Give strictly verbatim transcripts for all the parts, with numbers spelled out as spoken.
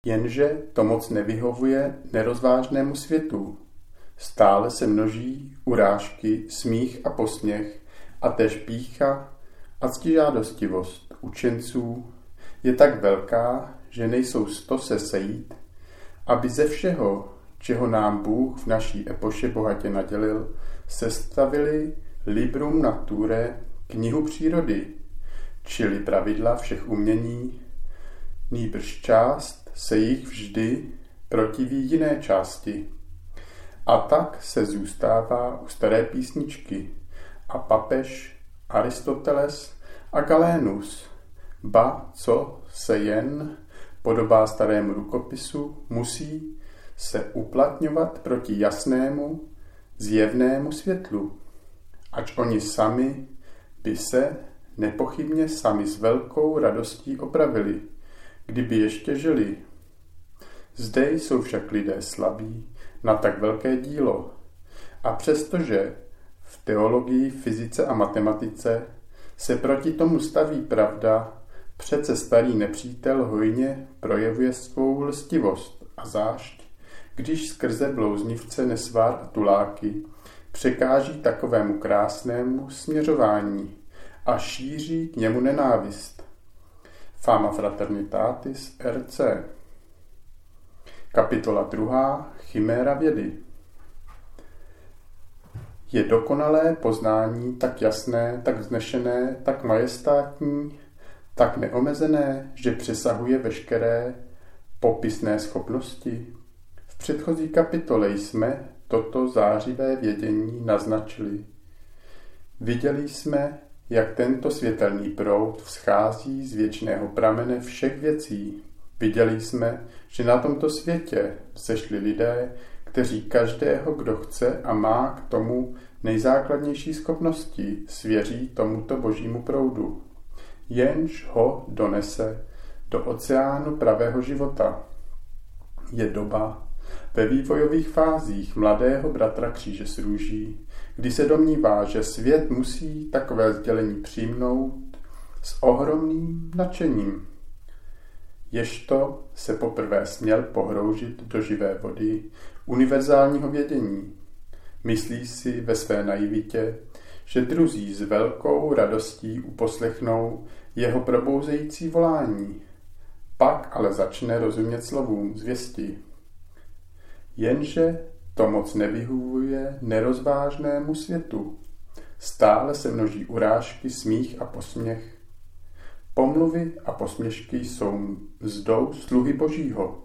Jenže to moc nevyhovuje nerozvážnému světu. Stále se množí urážky, smích a posměch a též pýcha a ctižádostivost učenců je tak velká, že nejsou sto se sejít, aby ze všeho, čeho nám Bůh v naší epoše bohatě nadělil, sestavili Librum Naturae, knihu přírody, čili pravidla všech umění, nýbrž část se jich vždy protiví jiné části. A tak se zůstává u staré písničky a papež Aristoteles a Galénus, ba co se jen podobá starému rukopisu, musí se uplatňovat proti jasnému, zjevnému světlu, ač oni sami by se nepochybně sami s velkou radostí opravili, kdyby ještě žili. Zde jsou však lidé slabí na tak velké dílo a přestože v teologii, fyzice a matematice se proti tomu staví pravda, přece starý nepřítel hojně projevuje svou lstivost a zášť, když skrze blouznivce, nesvár a tuláky překáží takovému krásnému směřování a šíří k němu nenávist. Fama Fraternitatis R C. Kapitola druhá. Chiméra vědy. Je dokonalé poznání tak jasné, tak vznešené, tak majestátní, tak neomezené, že přesahuje veškeré popisné schopnosti? V předchozí kapitole jsme toto zářivé vědění naznačili. Viděli jsme, jak tento světelný proud vzchází z věčného pramene všech věcí. Viděli jsme, že na tomto světě sešli lidé, kteří každého, kdo chce a má k tomu nejzákladnější schopnosti, svěří tomuto božímu proudu, jenž ho donese do oceánu pravého života. Je doba ve vývojových fázích mladého bratra kříže s růží, kdy se domnívá, že svět musí takové sdělení přijmout s ohromným nadšením. Ježto se poprvé směl pohroužit do živé vody univerzálního vědění. Myslí si ve své naivitě, že druzí s velkou radostí uposlechnou jeho probouzející volání. Pak ale začne rozumět slovům zvěsti. Jenže to moc nevyhovuje nerozvážnému světu. Stále se množí urážky, smích a posměch. Pomluvy a posměšky jsou mzdou sluhy Božího.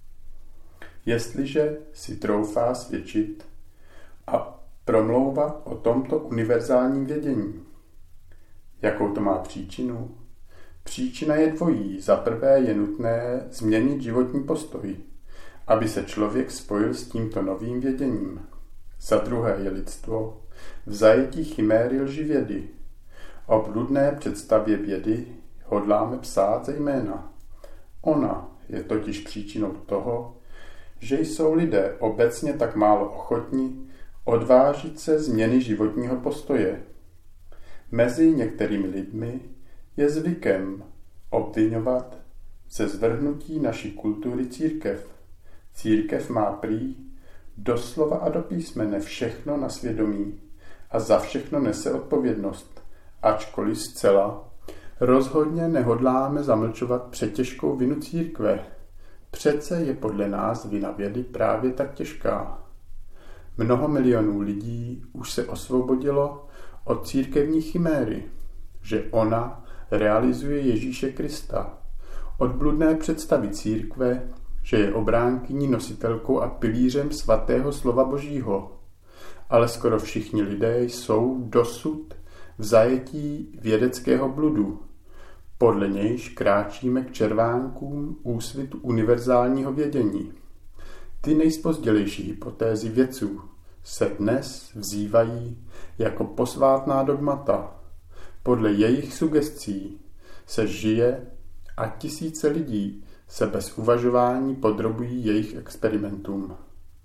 Jestliže si troufá svědčit a promlouvat o tomto univerzálním vědění. Jakou to má příčinu? Příčina je dvojí. Za prvé je nutné změnit životní postoj, aby se člověk spojil s tímto novým věděním. Za druhé je lidstvo v zajetí chiméry lživědy. O bludné představě vědy hodláme psát zejména. Ona je totiž příčinou toho, že jsou lidé obecně tak málo ochotní odvážit se změny životního postoje. Mezi některými lidmi je zvykem obviňovat ze zvrhnutí naší kultury církev. Církev má prý doslova a do písmene všechno na svědomí a za všechno nese odpovědnost, ačkoliv zcela rozhodně nehodláme zamlčovat přetěžkou vinu církve. Přece je podle nás vina vědy právě tak těžká. Mnoho milionů lidí už se osvobodilo od církevní chiméry, že ona realizuje Ježíše Krista, od bludné představy církve, že je obránkyní, nositelkou a pilířem svatého slova Božího. Ale skoro všichni lidé jsou dosud v zajetí vědeckého bludu. Podle nějž kráčíme k červánkům úsvitu univerzálního vědění. Ty nejspozdělejší hypotézy vědců se dnes vzývají jako posvátná dogmata. Podle jejich sugestí se žije a tisíce lidí se bez uvažování podrobují jejich experimentům.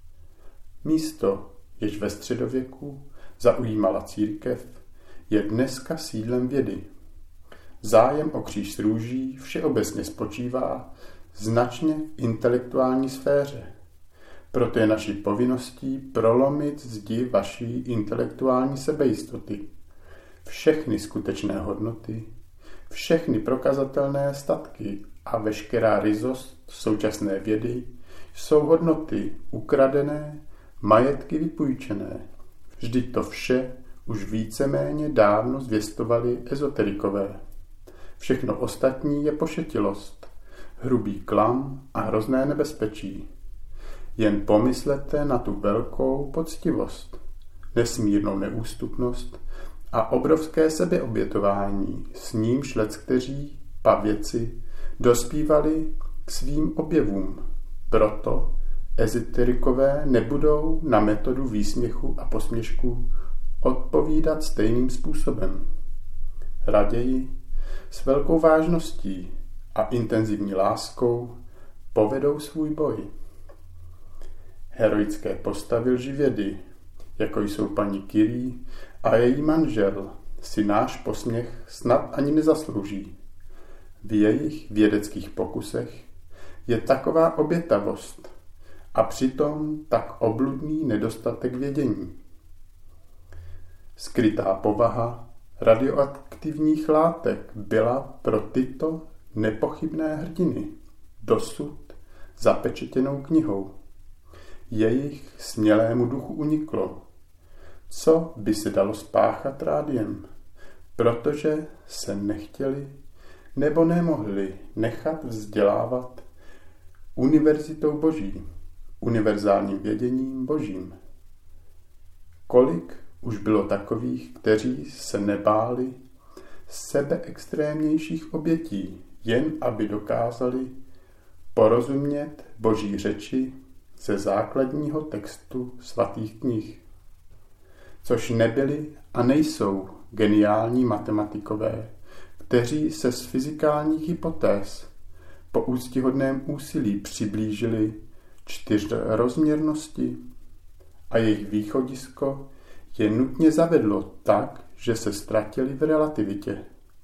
Místo, jež ve středověku zaujímala církev, je dneska sídlem vědy. Zájem o kříž s růží všeobecně spočívá značně v intelektuální sféře. Proto je naší povinností prolomit zdi vaší intelektuální sebejistoty. Všechny skutečné hodnoty, všechny prokazatelné statky a veškerá ryzost současné vědy jsou hodnoty ukradené, majetky vypůjčené. Vždyť to vše už víceméně dávno zvěstovali ezoterikové. Všechno ostatní je pošetilost, hrubý klam a hrozné nebezpečí. Jen pomyslete na tu velkou poctivost, nesmírnou neústupnost a obrovské sebeobětování, s nímž leckteří pavěci dospívali k svým objevům. Proto ezoterikové nebudou na metodu výsměchu a posměšku odpovídat stejným způsobem. Raději s velkou vážností a intenzivní láskou povedou svůj boj. Heroické postavy lživědy, jako jsou paní Curie a její manžel, si náš posměch snad ani nezaslouží. V jejich vědeckých pokusech je taková obětavost a přitom tak obludný nedostatek vědění. Skrytá povaha radioaktivních látek byla pro tyto nepochybné hrdiny dosud zapečetěnou knihou. Jejich smělému duchu uniklo, co by se dalo spáchat rádiem, protože se nechtěli nebo nemohli nechat vzdělávat univerzitou boží, univerzálním věděním božím. Kolik už bylo takových, kteří se nebáli sebeextrémnějších obětí, jen aby dokázali porozumět boží řeči ze základního textu svatých knih, což nebyli a nejsou geniální matematikové, kteří se z fyzikálních hypotéz po úctyhodném úsilí přiblížili čtyřrozměrnosti a jejich východisko je nutně zavedlo tak, že se ztratili v relativitě,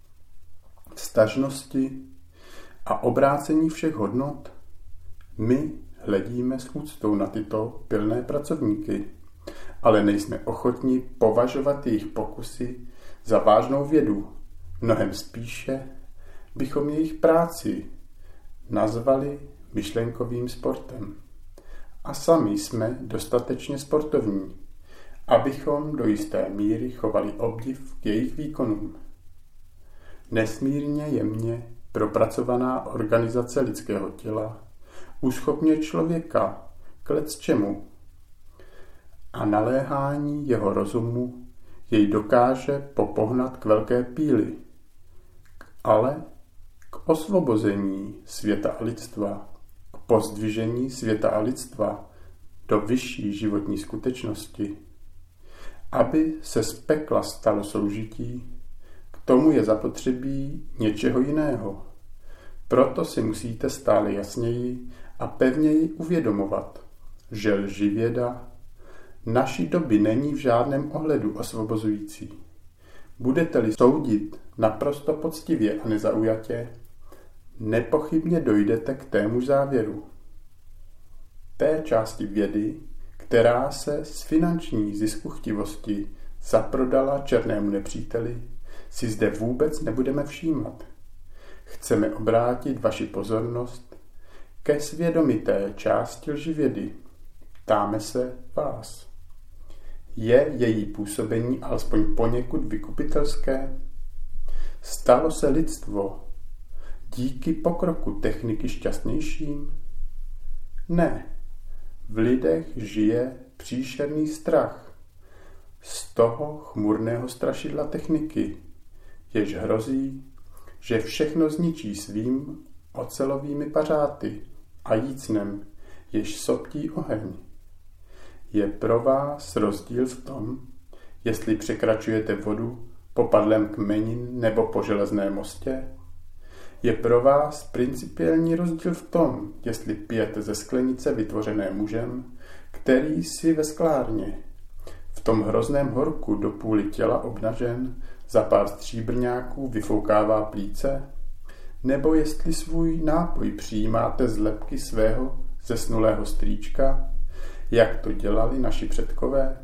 vztažnosti a obrácení všech hodnot. My hledíme s úctou na tyto pilné pracovníky, ale nejsme ochotni považovat jejich pokusy za vážnou vědu. Mnohem spíše bychom jejich práci nazvali myšlenkovým sportem. A sami jsme dostatečně sportovní, abychom do jisté míry chovali obdiv k jejich výkonům. Nesmírně jemně propracovaná organizace lidského těla uschopňuje člověka k lecčemu a naléhání jeho rozumu jej dokáže popohnat k velké píli, ale k osvobození světa a lidstva, k pozdvižení světa a lidstva do vyšší životní skutečnosti. Aby se z pekla stalo soužití, k tomu je zapotřebí něčeho jiného. Proto si musíte stále jasněji a pevněji uvědomovat, že lživěda naší doby není v žádném ohledu osvobozující. Budete-li soudit naprosto poctivě a nezaujatě, nepochybně dojdete k témuž závěru. Té části vědy, která se z finanční ziskuchtivosti zaprodala černému nepříteli, si zde vůbec nebudeme všímat. Chceme obrátit vaši pozornost ke svědomité části lživědy. Ptáme se vás. Je její působení alespoň poněkud vykupitelské? Stalo se lidstvo díky pokroku techniky šťastnějším? Ne. V lidech žije příšerný strach z toho chmurného strašidla techniky, jež hrozí, že všechno zničí svým ocelovými pařáty a jícnem, jež soptí oheň. Je pro vás rozdíl v tom, jestli překračujete vodu po padlém kmeni nebo po železném mostě? Je pro vás principiální rozdíl v tom, jestli pijete ze sklenice vytvořené mužem, který si ve sklárně, v tom hrozném horku do půly těla obnažen, za pár stříbrňáků vyfoukává plíce, nebo jestli svůj nápoj přijímáte z lebky svého zesnulého strýčka, jak to dělali naši předkové.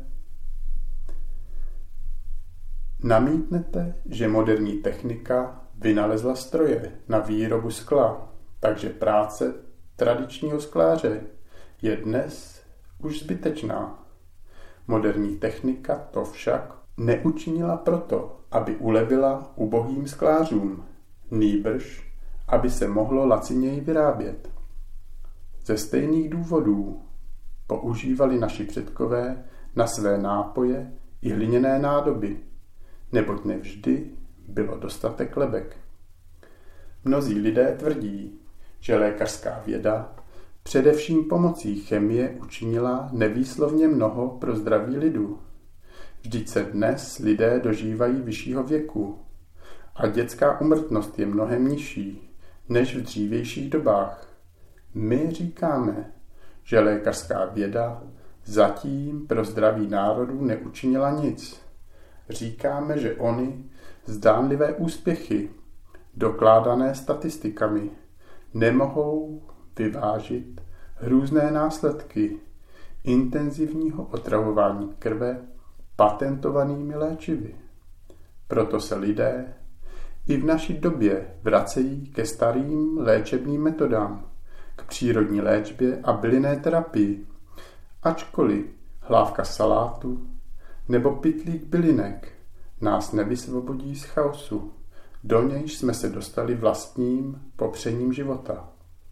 Namítnete, že moderní technika vynalezla stroje na výrobu skla, takže práce tradičního skláře je dnes už zbytečná. Moderní technika to však neučinila proto, aby ulevila ubohým sklářům, nýbrž, aby se mohlo laciněji vyrábět. Ze stejných důvodů používali naši předkové na své nápoje i hliněné nádoby, neboť nevždy bylo dostatek lebek. Mnozí lidé tvrdí, že lékařská věda především pomocí chemie učinila nevýslovně mnoho pro zdraví lidu. Vždyť se dnes lidé dožívají vyššího věku a dětská úmrtnost je mnohem nižší než v dřívějších dobách. My říkáme, že lékařská věda zatím pro zdraví národů neučinila nic. Říkáme, že ony zdánlivé úspěchy, dokládané statistikami, nemohou vyvážit hrůzné následky intenzivního otravování krve patentovanými léčivy. Proto se lidé i v naší době vracejí ke starým léčebným metodám, k přírodní léčbě a bylinné terapii, ačkoliv hlávka salátu nebo pytlík bylinek nás nevysvobodí z chaosu, do nějž jsme se dostali vlastním popřením života.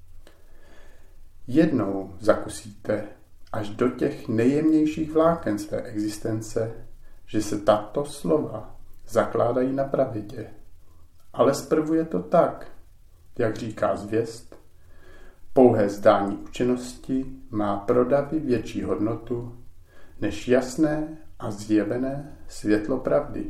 Jednou zakusíte až do těch nejjemnějších vláken své existence, že se tato slova zakládají na pravidě. Ale zprvu je to tak, jak říká zvěst, pouhé zdání učenosti má pro davy větší hodnotu než jasné a zjevené světlo pravdy.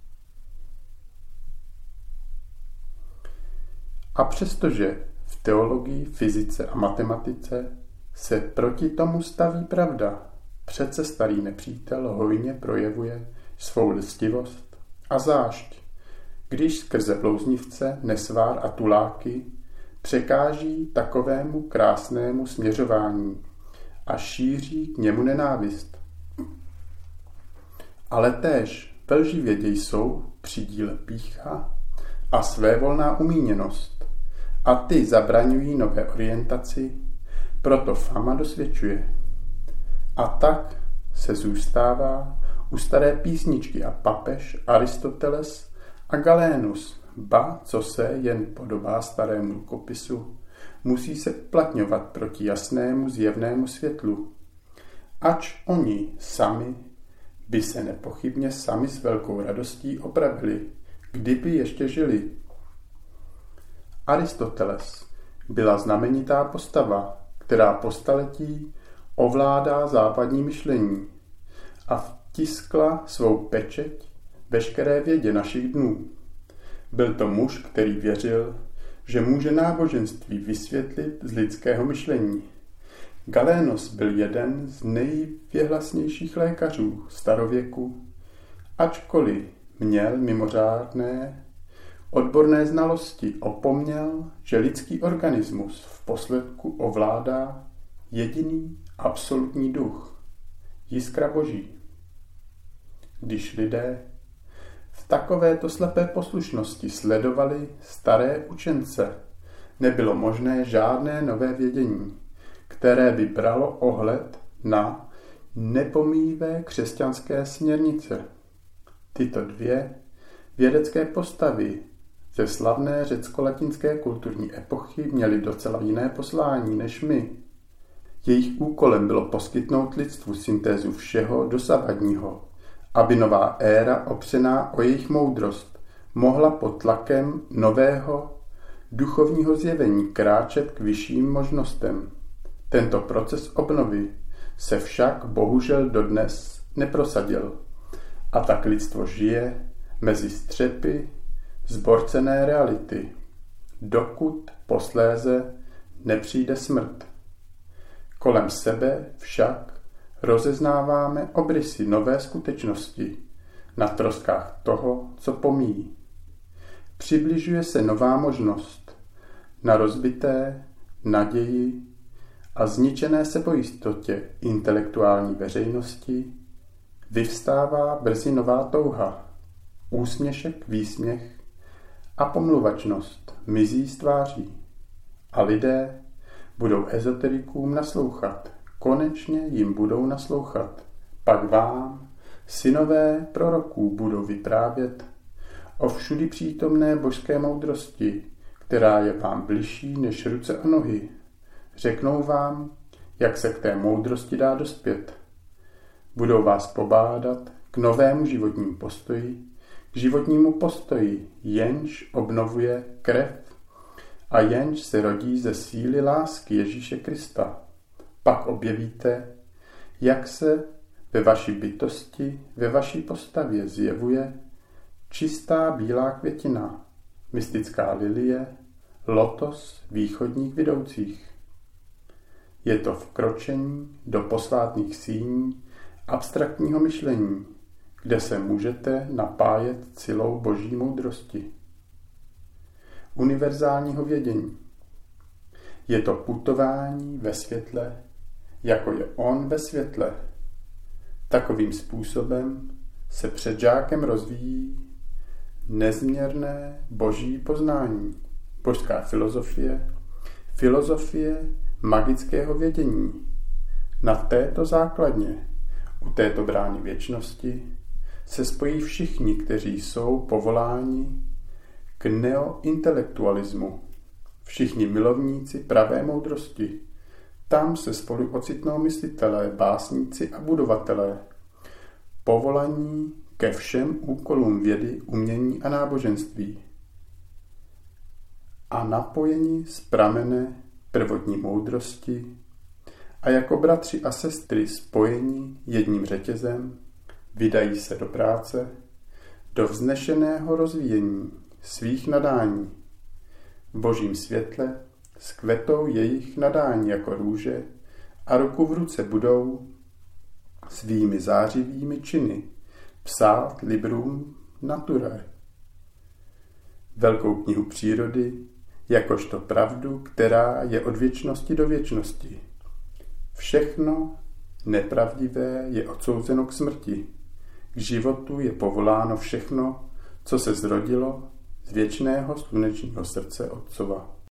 A přestože v teologii, fyzice a matematice se proti tomu staví pravda, přece starý nepřítel hojně projevuje svou lstivost a zášť, když skrze blouznivce, nesvár a tuláky překáží takovému krásnému směřování a šíří k němu nenávist. Ale též ve lživědě jsou při díle pýcha a svévolná umíněnost, a ty zabraňují nové orientaci, proto fama dosvědčuje. A tak se zůstává u staré písničky a papež Aristoteles a Galénus, ba, co se jen podobá starému rukopisu, musí se uplatňovat proti jasnému zjevnému světlu. Ač oni sami by se nepochybně sami s velkou radostí opravili, kdyby ještě žili. Aristoteles byla znamenitá postava, která po staletí ovládá západní myšlení a vtiskla svou pečeť veškeré vědě našich dnů. Byl to muž, který věřil, že může náboženství vysvětlit z lidského myšlení. Galénos byl jeden z nejvěhlasnějších lékařů starověku, ačkoliv měl mimořádné odborné znalosti, opomněl, že lidský organismus v posledku ovládá jediný absolutní duch, jiskra boží. Když lidé v takovéto slepé poslušnosti sledovali staré učence, nebylo možné žádné nové vědění, které by bralo ohled na nepomíjivé křesťanské směrnice. Tyto dvě vědecké postavy ze slavné řecko-latinské kulturní epochy měly docela jiné poslání než my. Jejich úkolem bylo poskytnout lidstvu syntézu všeho dosavadního, aby nová éra opřená o jejich moudrost mohla pod tlakem nového duchovního zjevení kráčet k vyšším možnostem. Tento proces obnovy se však bohužel dodnes neprosadil a tak lidstvo žije mezi střepy zborcené reality, dokud posléze nepřijde smrt. Kolem sebe však rozeznáváme obrysy nové skutečnosti na troskách toho, co pomíjí. Přibližuje se nová možnost, na rozbité naději a zničené sebojistotě intelektuální veřejnosti vyvstává brzy nová touha, úsměšek, výsměch a pomluvačnost mizí z tváří a lidé budou ezoterikům naslouchat, konečně jim budou naslouchat. Pak vám, synové proroků, budou vyprávět o všudy přítomné božské moudrosti, která je vám bližší než ruce a nohy. Řeknou vám, jak se k té moudrosti dá dospět. Budou vás pobádat k novému životnímu postoji, k životnímu postoji, jenž obnovuje krev a jenž se rodí ze síly lásky Ježíše Krista. Pak objevíte, jak se ve vaší bytosti, ve vaší postavě zjevuje čistá bílá květina, mystická lilie, lotos východních vidoucích. Je to vkročení do posvátných síní abstraktního myšlení, kde se můžete napájet silou boží moudrosti. Univerzálního vědění. Je to putování ve světle, jako je on ve světle. Takovým způsobem se před žákem rozvíjí nezměrné boží poznání, božská filozofie, filozofie magického vědění. Na této základně, u této brány věčnosti, se spojí všichni, kteří jsou povoláni k neointelektualismu. Všichni milovníci pravé moudrosti. Tam se spolu ocitnou myslitelé, básníci a budovatelé. Povolaní ke všem úkolům vědy, umění a náboženství. A napojení z pramene prvotní moudrosti a jako bratři a sestry spojení jedním řetězem vydají se do práce, do vznešeného rozvíjení svých nadání. V božím světle skvetou jejich nadání jako růže a ruku v ruce budou svými zářivými činy psát librum naturae, velkou knihu přírody, jakožto pravdu, která je od věčnosti do věčnosti. Všechno nepravdivé je odsouzeno k smrti. K životu je povoláno všechno, co se zrodilo z věčného slunečního srdce Otcova.